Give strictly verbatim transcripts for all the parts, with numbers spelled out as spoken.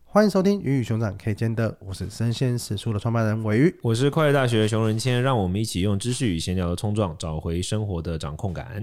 欢迎收听鱼与熊掌可以兼得，我是生鲜时书的创办人伟鱼， 我是快乐大学的熊仁谦，让我们一起用知识与闲聊的冲撞，找回生活的掌控感。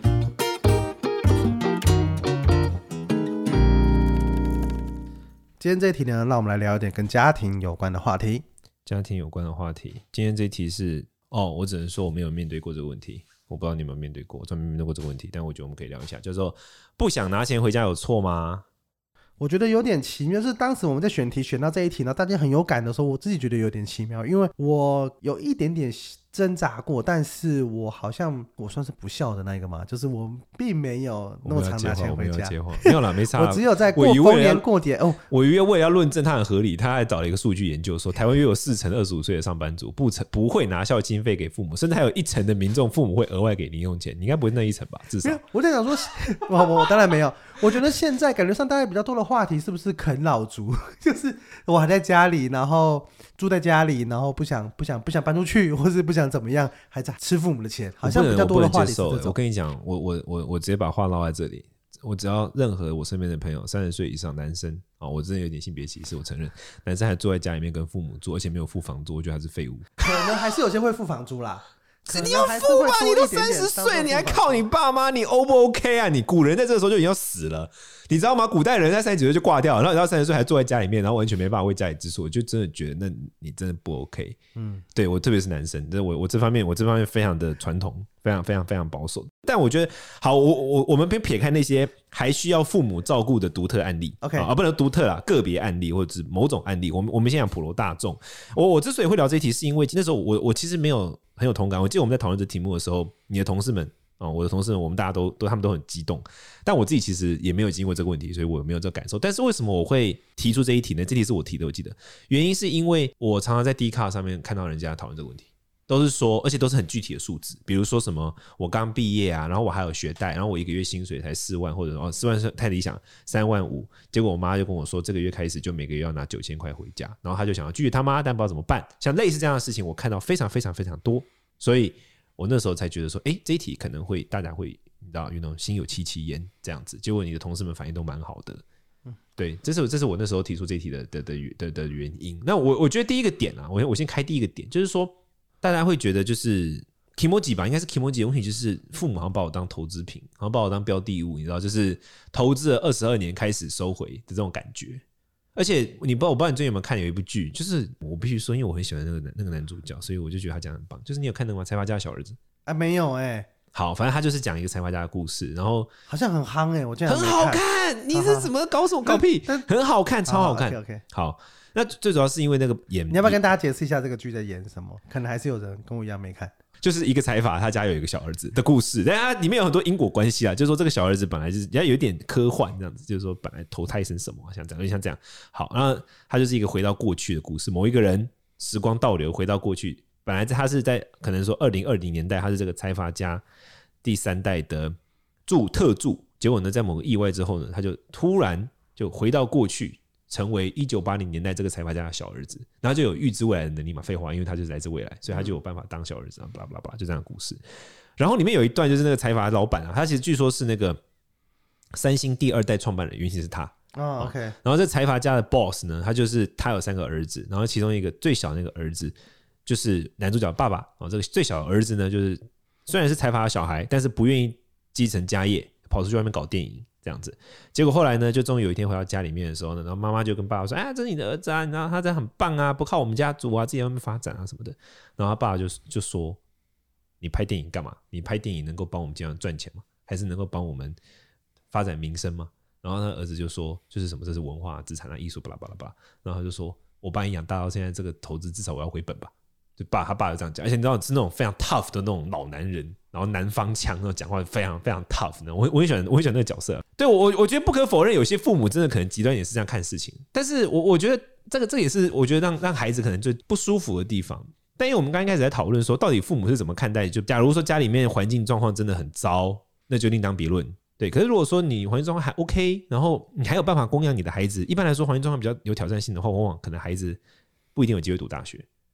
今天这一题呢，让我们来聊一点跟家庭有关的话题。 家庭有关的话题，今天这一题是哦，我只能说我没有面对过这个问题，我不知道你有没有面对过，我专门面对过这个问题，但我觉得我们可以聊一下，叫做不想拿钱回家有错吗？ 我觉得有点奇妙，就是当时我们在选题选到这一题呢，大家很有感的时候，我自己觉得有点奇妙，因为我有一点点挣扎过，但是我好像我算是不孝的那一个嘛，就是我并没有那么常拿钱回家， 没有啦，没差啦。 我只有在过丰年过节哦。 我以为为了要论证它很合理，他还找了一个数据研究说，台湾约有四成二十五岁的上班族不不会拿孝经费给父母，甚至还有一成的民众父母会额外给零用钱，你应该不会那一成吧？至少我在想说，我我当然没有。我觉得现在感觉上大家比较多的话题是不是啃老族？就是我还在家里，然后住在家里，然后不想不想不想搬出去，或是不想怎么样，还在吃父母的钱，好像比较多的话题是这种。 我, 我跟你讲，我我我我直接把话唠在这里，我只要任何我身边的朋友三十岁以上男生啊、哦，我真的有点性别歧视，我承认，男生还坐在家里面跟父母住，而且没有付房租，我觉得他是废物。 可能还是有些会付房租啦。 你要付吧，你都三十岁，你还靠你爸妈，你 O 不 OK 啊？你古人在这个时候就已经要死了，你知道吗？古代人在三十几岁就挂掉了，然后你到三十岁还坐在家里面，然后完全没办法为家里支出，我就真的觉得那你真的不 OK。嗯，对我特别是男生，我我这方面我这方面非常的传统，非常非常非常保守。但我觉得好，我我我们撇开那些还需要父母照顾的独特案例 ，OK 啊，不能独特啦，个别案例或者是某种案例，我们我们先讲普罗大众。我我之所以会聊这一题，是因为那时候我我其实没有很有同感。我记得我们在讨论这题目的时候，你的同事们啊、哦，我的同事们，我们大家都都他们都很激动，但我自己其实也没有经过这个问题，所以我没有这个感受。但是为什么我会提出这一题呢？这题是我提的，我记得原因是因为我常常在 Dcard 上面看到人家讨论这个问题。都是说，而且都是很具体的数字，比如说什么我刚毕业啊，然后我还有学贷，然后我一个月薪水才四万，或者哦四万太理想，三万五，结果我妈就跟我说，这个月开始就每个月要拿九千块回家，然后她就想要拒绝他妈，但不知道怎么办。像类似这样的事情，我看到非常非常非常多，所以我那时候才觉得说，哎，这一题可能会大家会你知道有那种心有戚戚焉这样子。结果你的同事们反应都蛮好的。对，这是这是我那时候提出这一题的的的的的原因。那我我觉得第一个点啊，我我先开第一个点，就是说。大家会觉得就是 Kimoji 吧，应该是 Kimoji 的问题，就是父母好像把我当投资品，好像把我当标的物，你知道，就是投资了二十二年开始收回的这种感觉。而且你不知道，我不知道你最近有没有看有一部剧，就是我必须说，因为我很喜欢那个那个男主角，所以我就觉得他讲得很棒。就是你有看那个吗？财阀家的小儿子啊？没有哎、欸。好， 反正他就是讲一个财阀家的故事，然后好像很夯哎、欸，我竟然很好看。你是怎么搞什么搞屁？很好看，超好看。 好 okay, okay. 好。那最主要是因为那个演， 你要不要跟大家解释一下这个剧在演什么？可能还是有人跟我一样没看。 就是一个财阀，他家有一个小儿子的故事，但他里面有很多因果关系啊。就是说这个小儿子本来就是也有点科幻这样子，就是说本来投胎成什么，像这样，像这样。好，那他就是一个回到过去的故事。某一个人时光倒流回到过去，本来他是在可能说二零二零年代，他是这个财阀家第三代的助特助，结果呢，在某个意外之后呢，他就突然就回到过去。成为一九八零年代这个财阀家的小儿子，然后就有预知未来的能力嘛？废话，因为他就是来自未来，所以他就有办法当小儿子啊，巴拉巴拉巴拉，就这样的故事。然后里面有一段就是那个财阀老板啊，他其实据说是那个三星第二代创办人，原型是他。 哦 ，OK。 然后这财阀家的 boss 呢，他就是他有三个儿子，然后其中一个最小的那个儿子就是男主角爸爸哦，这个最小的儿子呢，就是虽然是财阀的小孩，但是不愿意继承家业，跑出去外面搞电影。这样子，结果后来呢，就终于有一天回到家里面的时候呢，然后妈妈就跟爸爸说：“哎，这是你的儿子啊，你知道他这样很棒啊，不靠我们家族啊，自己在外面发展啊什么的。”然后他爸爸就就说：“你拍电影干嘛？你拍电影能够帮我们这样赚钱吗？还是能够帮我们发展民生吗？”然后他儿子就说：“就是什么，这是文化资产啊，艺术，巴拉巴拉巴拉。”然后他就说：“我把你养大到现在，这个投资至少我要回本吧。”就爸他爸就这样讲，而且你知道是那种非常 tough 的那种老男人，然后南方腔，那种讲话非常非常 tough 的，我我很喜欢，我很喜欢那个角色。对我我觉得不可否认，有些父母真的可能极端也是这样看事情，但是我我觉得这个这也是我觉得让让孩子可能最不舒服的地方。但因为我们刚刚开始在讨论说，到底父母是怎么看待，就假如说家里面环境状况真的很糟，那就另当别论。对，可是如果说你环境状况还 OK， 然后你还有办法供养你的孩子，一般来说环境状况比较有挑战性的话，往往可能孩子不一定有机会读大学。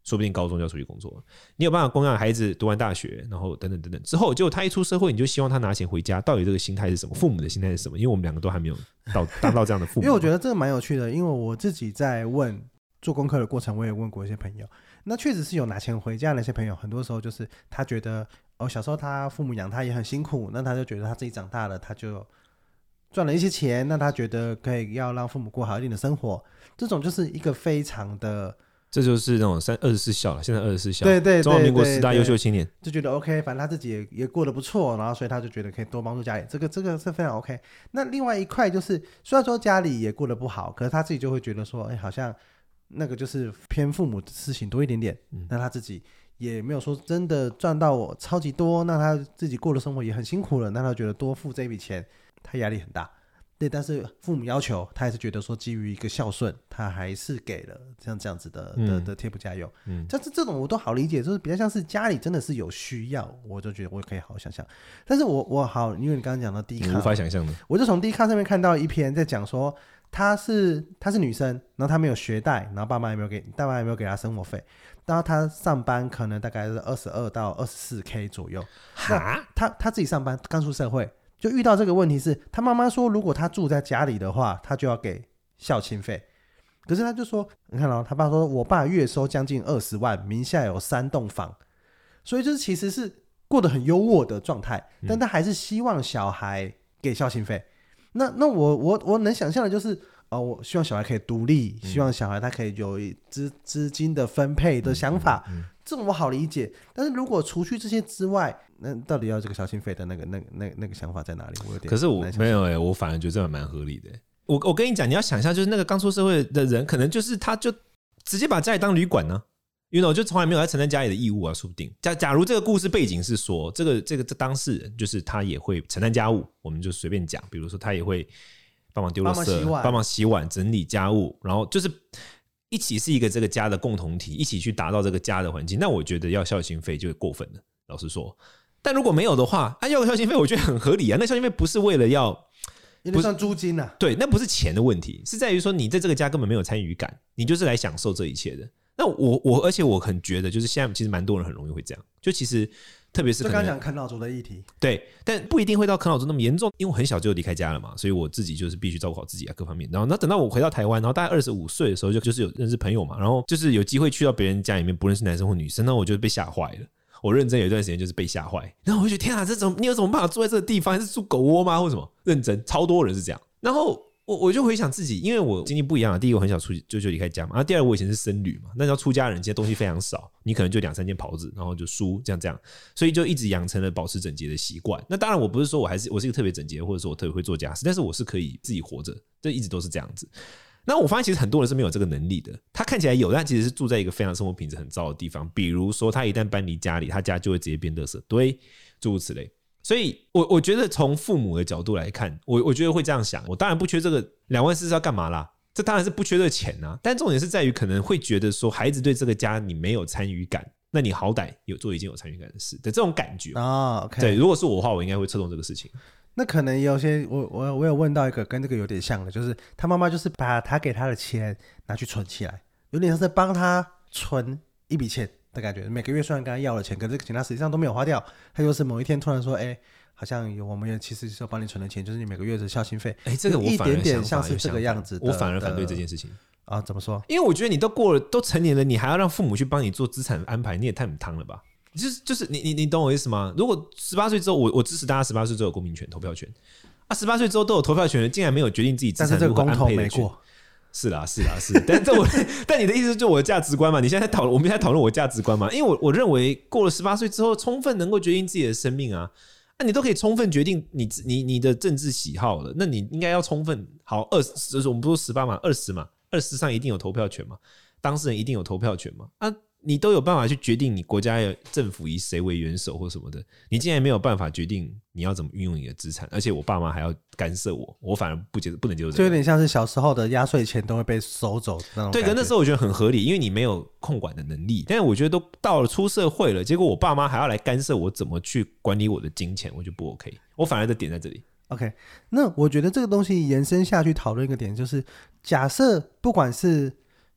说不定高中就要出去工作了。你有办法供养孩子读完大学，然后等等等等之后，结果他一出社会，你就希望他拿钱回家，到底这个心态是什么？父母的心态是什么？因为我们两个都还没有到达到这样的父母。 因为我觉得这个蛮有趣的，因为我自己在问做功课的过程，我也问过一些朋友，那确实是有拿钱回家的那些朋友，很多时候就是他觉得哦，小时候他父母养他也很辛苦，那他就觉得他自己长大了，他就赚了一些钱，那他觉得可以要让父母过好一点的生活，这种就是一个非常的。 这就是那种三二十四孝了，现在二十四孝， 对对对， 中华民国十大优秀青年， 就觉得 OK， 反正他自己 也, 也过得不错，然后所以他就觉得可以多帮助家里，这个这个是非常 OK。那另外一块就是，虽然说家里也过得不好，可是他自己就会觉得说，哎，好像那个就是偏父母的事情多一点点，嗯、那他自己也没有说真的赚到我超级多，那他自己过的生活也很辛苦了，那他觉得多付这笔钱，他压力很大。对，但是父母要求他还是觉得说基于一个孝顺，他还是给了像这样子的、嗯、的的贴补家用，嗯，但是这种我都好理解，就是比较像是家里真的是有需要，我就觉得我可以好好想象。但是我我好，因为你刚刚讲到第一卡， 无法想象的， 我就从第一卡上面看到一篇在讲说，她是她是女生，然后她没有学贷，然后爸妈也没有给，爸妈也没有给她生活费，然后她上班可能大概是二十二到二十四 K 左右，哈，她她自己上班刚出社会。就遇到这个问题是，他妈妈说，如果他住在家里的话，他就要给孝亲费。可是他就说，你看哦，他爸说，我爸月收将近二十万，名下有三栋房，所以就是其实是过得很优渥的状态，但他还是希望小孩给孝亲费。嗯、那那我我我能想象的就是，哦，我希望小孩可以独立，希望小孩他可以有资资金的分配的想法。嗯嗯嗯这种我好理解，但是如果除去这些之外，那到底要这个孝亲费的那个、那个、那个、那个想法在哪里？我有点， 可是我没有哎、欸，我反而觉得这蛮合理的、欸。我我跟你讲，你要想象，就是那个刚出社会的人，可能就是他就直接把家里当旅馆呢、啊，因为我就从来没有在承担家里的义务啊，说不定。假假如这个故事背景是说，这个这个这当事人就是他也会承担家务，我们就随便讲，比如说他也会帮忙丢垃圾、帮忙洗碗、整理家务，然后就是。一起是一个这个家的共同体，一起去达到这个家的环境，那我觉得要孝心费就过分了，老实说。但如果没有的话，啊，要个孝心费，我觉得很合理啊。那孝心费不是为了要， 有点像租金啊。 对，那不是钱的问题，是在于说你在这个家根本没有参与感，你就是来享受这一切的。那我我，而且我很觉得，就是现在其实蛮多人很容易会这样，就其实。特别是刚刚讲啃老族的议题， 对，但不一定会到啃老族那么严重，因为我很小就离开家了嘛，所以我自己就是必须照顾好自己啊，各方面。然后，那等到我回到台湾，然后大概二十五岁的时候就，就是有认识朋友嘛，然后就是有机会去到别人家里面，不论是男生或女生，那我就被吓坏了。我认真有一段时间就是被吓坏，然后我就觉得天啊，这种你有什么办法住在这个地方？还是住狗窝吗？或什么？认真，超多人是这样。然后。我我就回想自己，因为我经历不一样啊。第一个我很小出就就离开家嘛，然后第二个我以前是僧侣嘛，那要出家人，其实东西非常少，你可能就两三件袍子，然后就书这样这样，所以就一直养成了保持整洁的习惯。那当然我不是说我还是我是一个特别整洁，或者说我特别会做家事，但是我是可以自己活着，这一直都是这样子。那我发现其实很多人是没有这个能力的，他看起来有，但其实是住在一个非常生活品质很糟的地方。比如说他一旦搬离家里，他家就会直接变垃圾堆，诸如此类。所以我我觉得从父母的角度来看，我我觉得会这样想，我当然不缺这个两万四是要干嘛啦，这当然是不缺这个钱啊，但重点是在于可能会觉得说孩子对这个家你没有参与感，那你好歹有做一件有参与感的事的这种感觉、 哦 okay、 对，如果是我的话我应该会侧重这个事情。 那可能也有些我我我有问到一个跟这个有点像的，就是他妈妈就是把他给他的钱拿去存起来，有点像是帮他存一笔钱的感觉，每个月虽然跟他要了钱，可是这个钱他实际上都没有花掉，他就是某一天突然说，哎、欸，好像有我们也其实是有帮你存的钱，就是你每个月的孝心费， 哎、欸，这个我反而一点点像是这个样子的， 我反而反对这件事情啊，怎么说？ 因为我觉得你都过了，都成年了，你还要让父母去帮你做资产安排，你也太母汤了吧？就是就是你你你懂我意思吗？如果十八岁之后，我我支持大家十八岁之后有公民权、投票权啊，十八岁之后都有投票权，竟然没有决定自己资产如何安配的权。是啦是啦是，但这我但你的意思就是我的价值观嘛？你现在讨论，我们现在讨论我的价值观嘛？因为我我认为过了十八岁之后，充分能够决定自己的生命啊，那、啊、你都可以充分决定你你你的政治喜好了，那你应该要充分好二十，就是我们不说十八嘛，二十嘛，二十上一定有投票权嘛，当事人一定有投票权嘛啊。你都有办法去决定你国家政府以谁为元首或什么的，你竟然没有办法决定你要怎么运用你的资产，而且我爸妈还要干涉我，我反而不接不能接受这个， 就有点像是小时候的压岁钱都会被收走那种感觉。 对，可那时候我觉得很合理，因为你没有控管的能力。但是我觉得都到了出社会了，结果我爸妈还要来干涉我怎么去管理我的金钱，我就不 OK。我反而的点在这里。 OK， 那我觉得这个东西延伸下去讨论一个点，就是假设不管是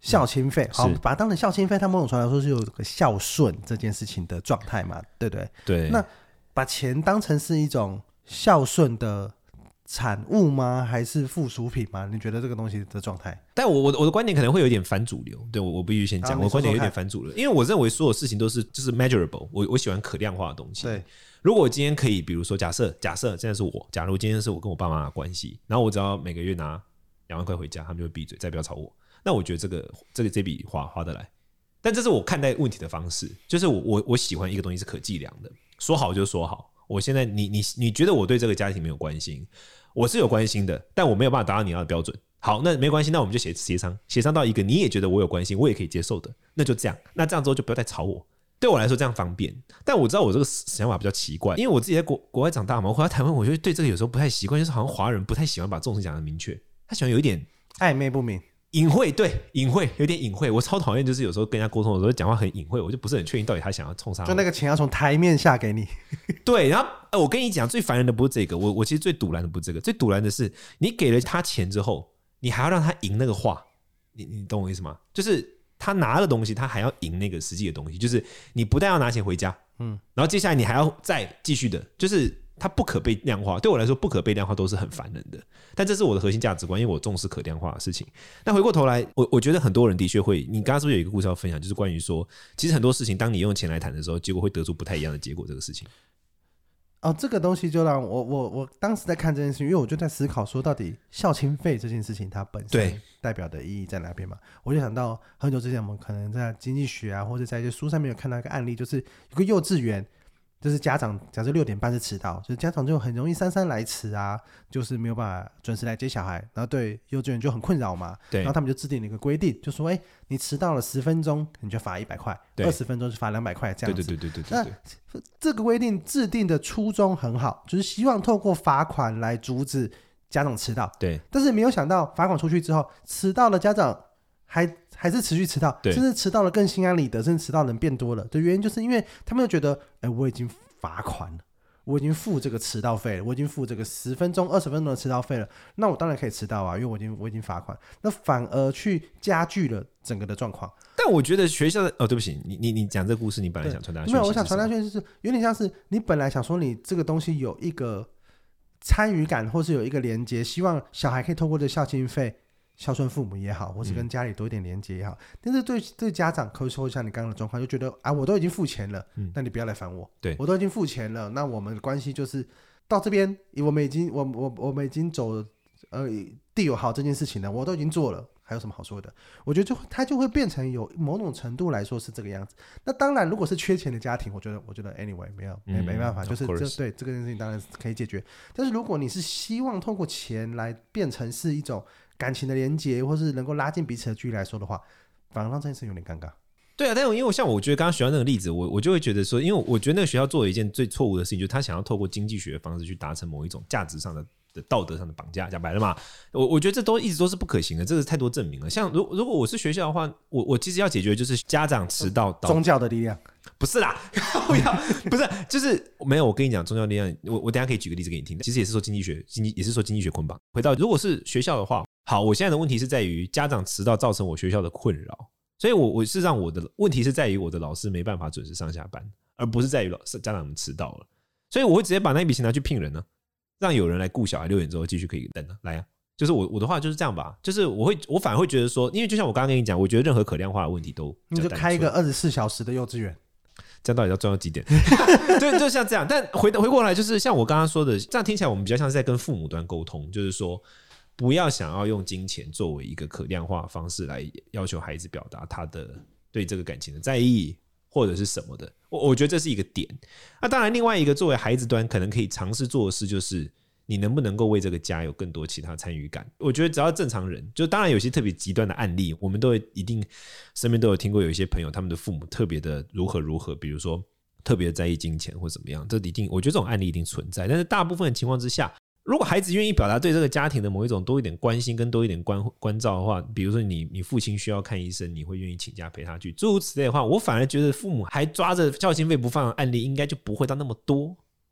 孝亲费，好， 是把它当成孝亲费，它某种程度来说是有个孝顺这件事情的状态嘛，对不对？ 对。 那把钱当成是一种孝顺的产物吗？还是附属品吗？你觉得这个东西的状态？ 但我我的我的观点可能会有点反主流，对我我必须先讲， 啊我的观点有点反主流，因为我认为所有事情都是就是 measurable， 我我喜欢可量化的东西。 对， 如果我今天可以，比如说假设假设现在是我，假如今天是我跟我爸妈的关系，然后我只要每个月拿两万块回家，他们就会闭嘴，再不要吵我。那我觉得这个这个这笔花花得来，但这是我看待问题的方式，就是我我我喜欢一个东西是可计量的，说好就说好。我现在你你你觉得我对这个家庭没有关心，我是有关心的，但我没有办法达到你要的标准。好，那没关系，那我们就协协商，协商到一个你也觉得我有关心，我也可以接受的，那就这样。那这样之后就不要再吵我。对我来说这样方便，但我知道我这个想法比较奇怪，因为我自己在国国外长大嘛，我回到台湾，我觉得对这个有时候不太习惯，就是好像华人不太喜欢把这种事讲的明确，他喜欢有一点暧昧不明。 隐晦，对，隐晦，有点隐晦。我超讨厌，就是有时候跟人家沟通的时候讲话很隐晦，我就不是很确定到底他想要冲啥。 就那个钱要从台面下给你。 对，然后、呃、我跟你讲，最烦人的不是这个，我我其实最堵拦的不是这个，最堵拦的是你给了他钱之后，你还要让他赢那个话，你你懂我意思吗？就是他拿了东西，他还要赢那个实际的东西，就是你不但要拿钱回家，嗯，然后接下来你还要再继续的，就是它不可被量化。对我来说，不可被量化都是很烦人的。但这是我的核心价值观，因为我重视可量化的事情。那回过头来，我我觉得很多人的确会，你刚刚是不是有一个故事要分享，就是关于说，其实很多事情，当你用钱来谈的时候，结果会得出不太一样的结果。这个事情。 哦，这个东西就让我我我当时在看这件事情，因为我就在思考说，到底孝亲费这件事情它本身代表的意义在哪边嘛？我就想到很久之前我们可能在经济学啊，或者在一些书上面有看到一个案例，就是有个幼稚园。就是家长假设六点半是迟到，就是家长就很容易姗姗来迟啊，就是没有办法准时来接小孩，然后对幼稚园就很困扰嘛。 对， 然后他们就制定了一个规定，就说：哎、欸，你迟到了十分钟，你就罚一百块；二十分钟就罚两百块，这样子。 对对对对对对。 那这个规定制定的初衷很好，就是希望透过罚款来阻止家长迟到。 对。但是没有想到罚款出去之后，迟到的家长还还是持续迟到，甚至迟到了更心安理得，甚至迟到人变多了的原因，就是因为他们就觉得，哎、欸，我已经罚款了，我已经付这个迟到费了，我已经付这个十分钟、二十分钟的迟到费了，那我当然可以迟到啊，因为我已经我已经罚款，那反而去加剧了整个的状况。 但我觉得学校的哦，对不起，你你你讲这个故事，你本来想传达讯息， 没有，我想传达讯息是有点像是你本来想说你这个东西有一个参与感，或是有一个连接，希望小孩可以透过这孝亲费。孝顺父母也好，或是跟家里多一点连接也好、嗯，但是对对家长，可以说像你刚刚的状况，就觉得啊，我都已经付钱了，嗯、那你不要来烦我。 对， 我都已经付钱了，那我们的关系就是到这边，我们已经我我我们已经走呃地友好这件事情了，我都已经做了，还有什么好说的？我觉得就它就会变成有某种程度来说是这个样子。那当然，如果是缺钱的家庭，我觉得我觉得 anyway 没有没没办法，嗯、就是这对这个事情当然可以解决。但是如果你是希望透过钱来变成是一种感情的连结，或是能够拉近彼此的距离来说的话，反而让这件事有点尴尬。 对啊，但因为像我觉得刚刚学校那个例子，我我就会觉得说，因为我觉得那个学校做了一件最错误的事情，就是他想要透过经济学的方式去达成某一种价值上的、的道德上的绑架，讲白了嘛，我我觉得这都一直都是不可行的，这个太多证明了。像如如果我是学校的话，我我其实要解决的就是家长迟到到宗教的力量。 不是啦，不要，不是，就是没有。我跟你讲，宗教力量，我我等一下可以举个例子给你听。其实也是说经济学，经济也是说经济学捆绑。回到如果是学校的话，好，我现在的问题是在于家长迟到造成我学校的困扰，所以我我是让我的问题是在于我的老师没办法准时上下班，而不是在于老师家长们迟到了。所以我会直接把那一笔钱拿去聘人呢、啊，让有人来顾小孩，六点之后继续可以等啊，来啊。就是我我的话就是这样吧，就是我会我反而会觉得说，因为就像我刚刚跟你讲，我觉得任何可量化的问题都你就开一个二十四小时的幼稚园。 这样到底要赚到几点？对，就像这样。但回回过来，就是像我刚刚说的，这样听起来我们比较像是在跟父母端沟通，就是说不要想要用金钱作为一个可量化的方式来要求孩子表达他的对这个感情的在意或者是什么的。我我觉得这是一个点。那当然，另外一个作为孩子端可能可以尝试做的事就是。你能不能够为这个家有更多其他参与感？我觉得只要正常人，就当然有些特别极端的案例，我们都一定身边都有听过，有一些朋友他们的父母特别的如何如何，比如说特别在意金钱或怎么样，这一定我觉得这种案例一定存在。但是大部分的情况之下，如果孩子愿意表达对这个家庭的某一种多一点关心跟多一点 关, 关照的话，比如说你你父亲需要看医生，你会愿意请假陪他去，诸如此类的话，我反而觉得父母还抓着孝心费不放的案例应该就不会到那么多。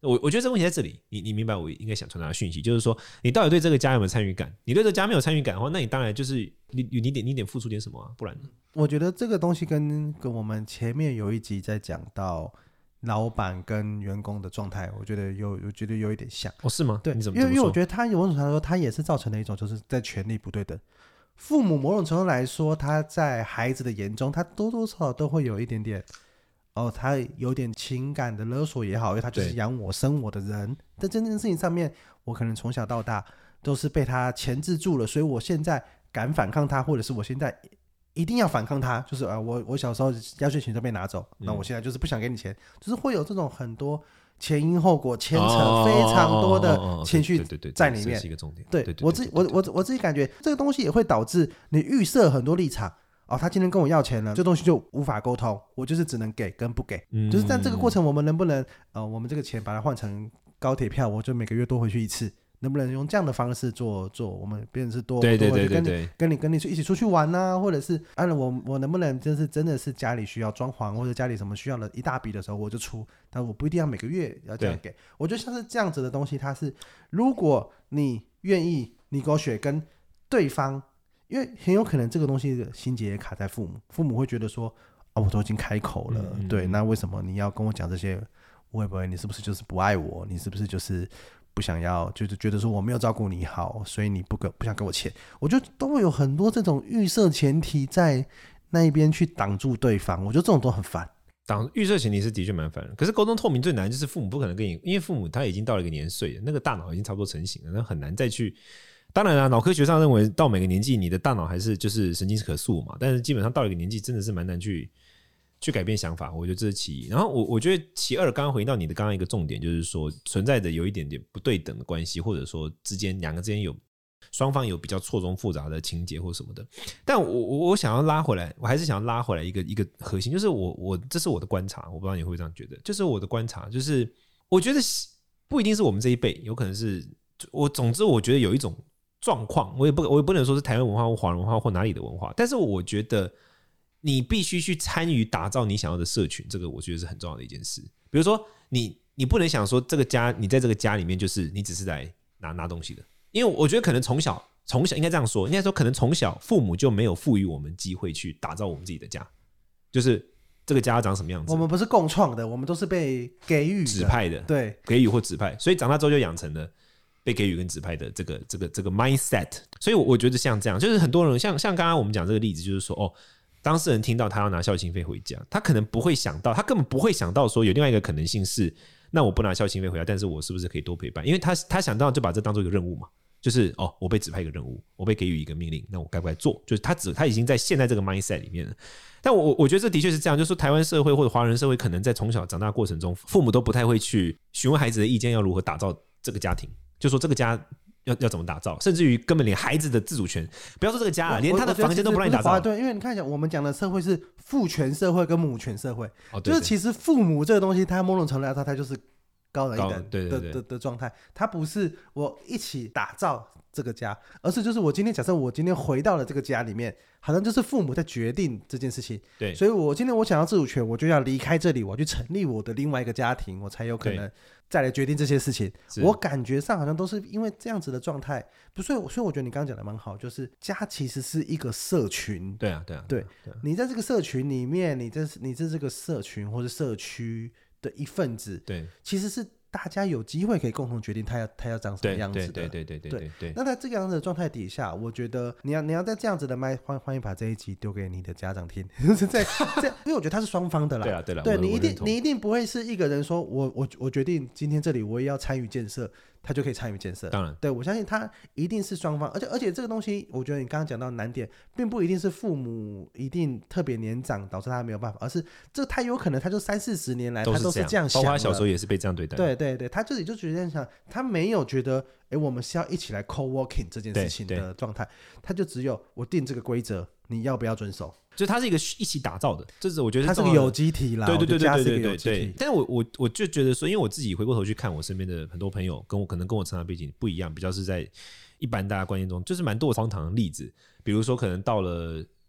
我我觉得这个问题在这里，你你明白我应该想传达的讯息，就是说你到底对这个家有没有参与感？你对这个家没有参与感的话，那你当然就是你你得你得付出点什么啊，不然呢？ 我觉得这个东西跟跟我们前面有一集在讲到老板跟员工的状态，我觉得有我觉得有一点像。 哦，是吗？ 对， 你怎么因为因为我觉得他某种程度来说，他也是造成了一种就是在权力不对等。父母某种程度来说，他在孩子的眼中，他多多少少都会有一点点。哦，他有点情感的勒索也好，因为他就是养我生我的人，在这件事情上面，我可能从小到大都是被他钳制住了，所以我现在敢反抗他，或者是我现在一定要反抗他，就是啊，我我小时候压岁钱都被拿走，那我现在就是不想给你钱，就是会有这种很多前因后果牵扯非常多的情绪在里面， 这是一个重点。 对，我自己我我我自己感觉这个东西也会导致你预设很多立场。哦，他今天跟我要钱了，这东西就无法沟通，我就是只能给跟不给，嗯、就是在这个过程，我们能不能呃，我们这个钱把它换成高铁票，我就每个月多回去一次，能不能用这样的方式做做？我们变成是多对对对对对， 跟你跟你一起出去玩啊，或者是啊，我我能不能就是真的是家里需要装潢或者家里什么需要的一大笔的时候我就出，但我不一定要每个月要这样给。我觉得像是这样子的东西，它是如果你愿意negotiate跟对方。因为很有可能这个东西的心结也卡在父母，父母会觉得说啊，我都已经开口了，嗯、对，那为什么你要跟我讲这些？会不会你是不是就是不爱我？你是不是就是不想要，就是觉得说我没有照顾你好，所以你不给不想给我钱？我觉得都会有很多这种预设前提在那一边去挡住对方，我觉得这种都很烦。 挡预设前提是的确蛮烦的，可是沟通透明最难就是父母不可能跟你，因为父母他已经到了一个年岁了，那个大脑已经差不多成型了，那很难再去。当然啦，脑科学上认为到每个年纪，你的大脑还是就是神经可塑嘛，但是基本上到了一个年纪，真的是蛮难去去改变想法。我觉得这是其一。然后我我觉得其二，刚刚回到你的刚刚一个重点，就是说存在着有一点点不对等的关系，或者说之间两个之间有双方有比较错综复杂的情节或什么的。但我我我想要拉回来，我还是想要拉回来一个一个核心，就是我我这是我的观察，我不知道你会不会这样觉得，就是我的观察，就是我觉得不一定是我们这一辈，有可能是我总之我觉得有一种。状况我也不我也不能说是台湾文化或华人文化或哪里的文化，但是我觉得你必须去参与打造你想要的社群，这个我觉得是很重要的一件事。比如说你你不能想说这个家你在这个家里面就是你只是来拿拿东西的，因为我觉得可能从小从小应该这样说，应该说可能从小父母就没有赋予我们机会去打造我们自己的家，就是这个家长什么样子， 我们不是共创的，我们都是被给予的指派的， 对， 给予或指派，所以长大之后就养成了。被给予跟指派的这个这个这个 mindset， 所以我觉得像这样，就是很多人像像刚刚我们讲这个例子，就是说哦，当事人听到他要拿孝亲费回家，他可能不会想到，他根本不会想到说有另外一个可能性是，那我不拿孝亲费回家，但是我是不是可以多陪伴？因为他他想到就把这当做一个任务嘛，就是哦，我被指派一个任务，我被给予一个命令，那我该不该做？就是他只他已经在现在这个 mindset 里面了。但我我觉得这的确是这样，就是说台湾社会或者华人社会可能在从小长大的过程中，父母都不太会去询问孩子的意见，要如何打造这个家庭。就说这个家要要怎么打造，甚至于根本连孩子的自主权，不要说这个家了，连他的房间都不让你打造。 对，因为你看一下，我们讲的社会是父权社会跟母权社会， 哦、对对就是其实父母这个东西，它某种程度来说，它就是高人一等的对对对的的状态，它不是我一起打造这个家，而是就是我今天假设我今天回到了这个家里面，好像就是父母在决定这件事情。 对， 所以我今天我想要自主权，我就要离开这里，我去成立我的另外一个家庭，我才有可能再来决定这些事情。我感觉上好像都是因为这样子的状态，所以所以我觉得你刚刚讲的蛮好，就是家其实是一个社群。 对啊，对啊， 对，对啊，你在这个社群里面，你这你这这个社群或者社区的一份子， 对， 其实是大家有机会可以共同决定他要他要长什么样子的。 对对对对对 对, 对。 那在这个样子的状态底下，我觉得你要你要在这样子的麦欢欢迎把这一集丢给你的家长听，就是在这样，因为我觉得他是双方的啦。 对啊对啦， 对你一定你一定不会是一个人说我我我决定今天这里我也要参与建设，他就可以参与建设。 当然， 对，我相信他一定是双方，而且而且这个东西，我觉得你刚刚讲到的难点，并不一定是父母一定特别年长导致他没有办法，而是这他有可能他就三四十年来他都是这样想的， 包括小时候也是被这样对待。 对对对，他自己就觉得想，他没有觉得，哎，我们是要一起来 co-working 这件事情的状态，他就只有我定这个规则，你要不要遵守？ 就它是一个一起打造的，这是我觉得它是个有机体啦。 对对对对对对对对。但是我我我就觉得说，因为我自己回过头去看我身边的很多朋友，跟我可能跟我成长背景不一样，比较是在一般大家观念中，就是蛮多荒唐的例子。比如说，可能到了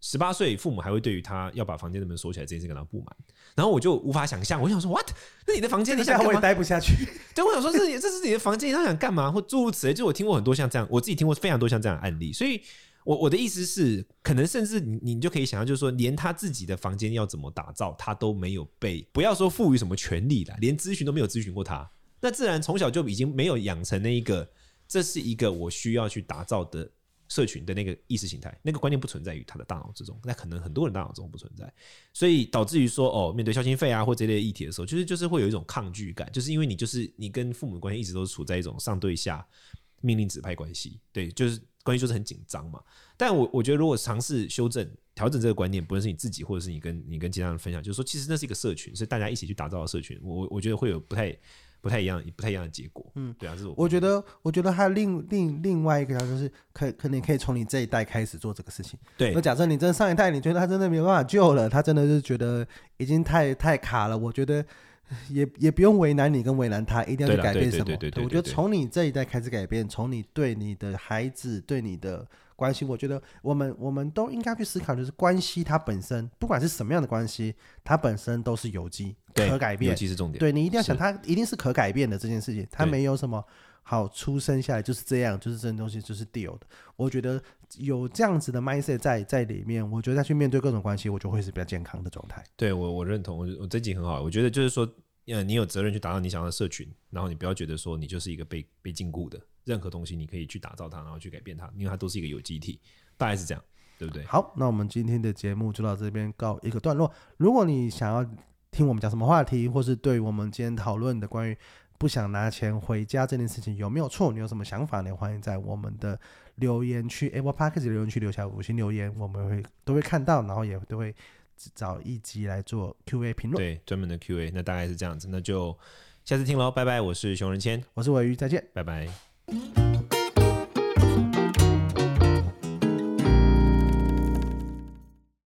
十八岁父母还会对于他要把房间的门锁起来这件事感到不满，然后我就无法想象，我想说 what？ 那你的房间你想干嘛？ 我也待不下去。 对，我想说这这是你的房间，你想干嘛？或诸如此类，就我听过很多像这样，我自己听过非常多像这样的案例，所以我我的意思是，可能甚至你你就可以想象，就是说，连他自己的房间要怎么打造，他都没有被不要说赋予什么权利啦，连咨询都没有咨询过他，那自然从小就已经没有养成那一个，这是一个我需要去打造的社群的那个意识形态，那个观念不存在于他的大脑之中，那可能很多人大脑中不存在，所以导致于说，哦，面对孝心费啊或这类的议题的时候，就是就是会有一种抗拒感，就是因为你就是你跟父母的关系一直都是处在一种上对下命令指派关系，对，就是关系就是很紧张嘛。但我我觉得，如果尝试修正、调整这个观念，不论是你自己或者是你跟你跟其他人分享，就是说，其实那是一个社群，是大家一起去打造的社群。我我觉得会有不太。不太一样，不太一样的结果。嗯，对啊，这是我我觉得，我觉得还有另另另外一个就是可可能可以从你这一代开始做这个事情。 对， 那假设你真的上一代，你觉得他真的没有办法救了，他真的是觉得已经太太卡了，我觉得也也不用为难你跟为难他，一定要去改变什么。 对对对对对， 我觉得从你这一代开始改变，从你对你的孩子对你的关系，我觉得我们我们都应该去思考，就是关系它本身，不管是什么样的关系，它本身都是有机可改变， 有机是重点。 对，你一定要想，它一定是可改变的这件事情，它没有什么好出生下来就是这样，就是这种东西就是 deal 的。我觉得有这样子的 mindset 在在里面，我觉得再去面对各种关系，我就会是比较健康的状态。 对，我我认同，我我这集很好，我觉得就是说，呃，你有责任去打造你想要的社群，然后你不要觉得说你就是一个被被禁锢的，任何东西你可以去打造它，然后去改变它，因为它都是一个有机体，大概是这样，对不对？ 好，那我们今天的节目就到这边告一个段落。如果你想要听我们讲什么话题，或是对我们今天讨论的关于不想拿钱回家这件事情有没有错，你有什么想法呢？欢迎在我们的留言区 Apple Podcast 留言区留下五星留言，我们会都会看到，然后也都会找一集来做 Q A 评论， 对，专门的 Q A。 那大概是这样子，那就下次听咯，拜拜。我是熊仁谦， 我是伟瑜，再见， 拜拜。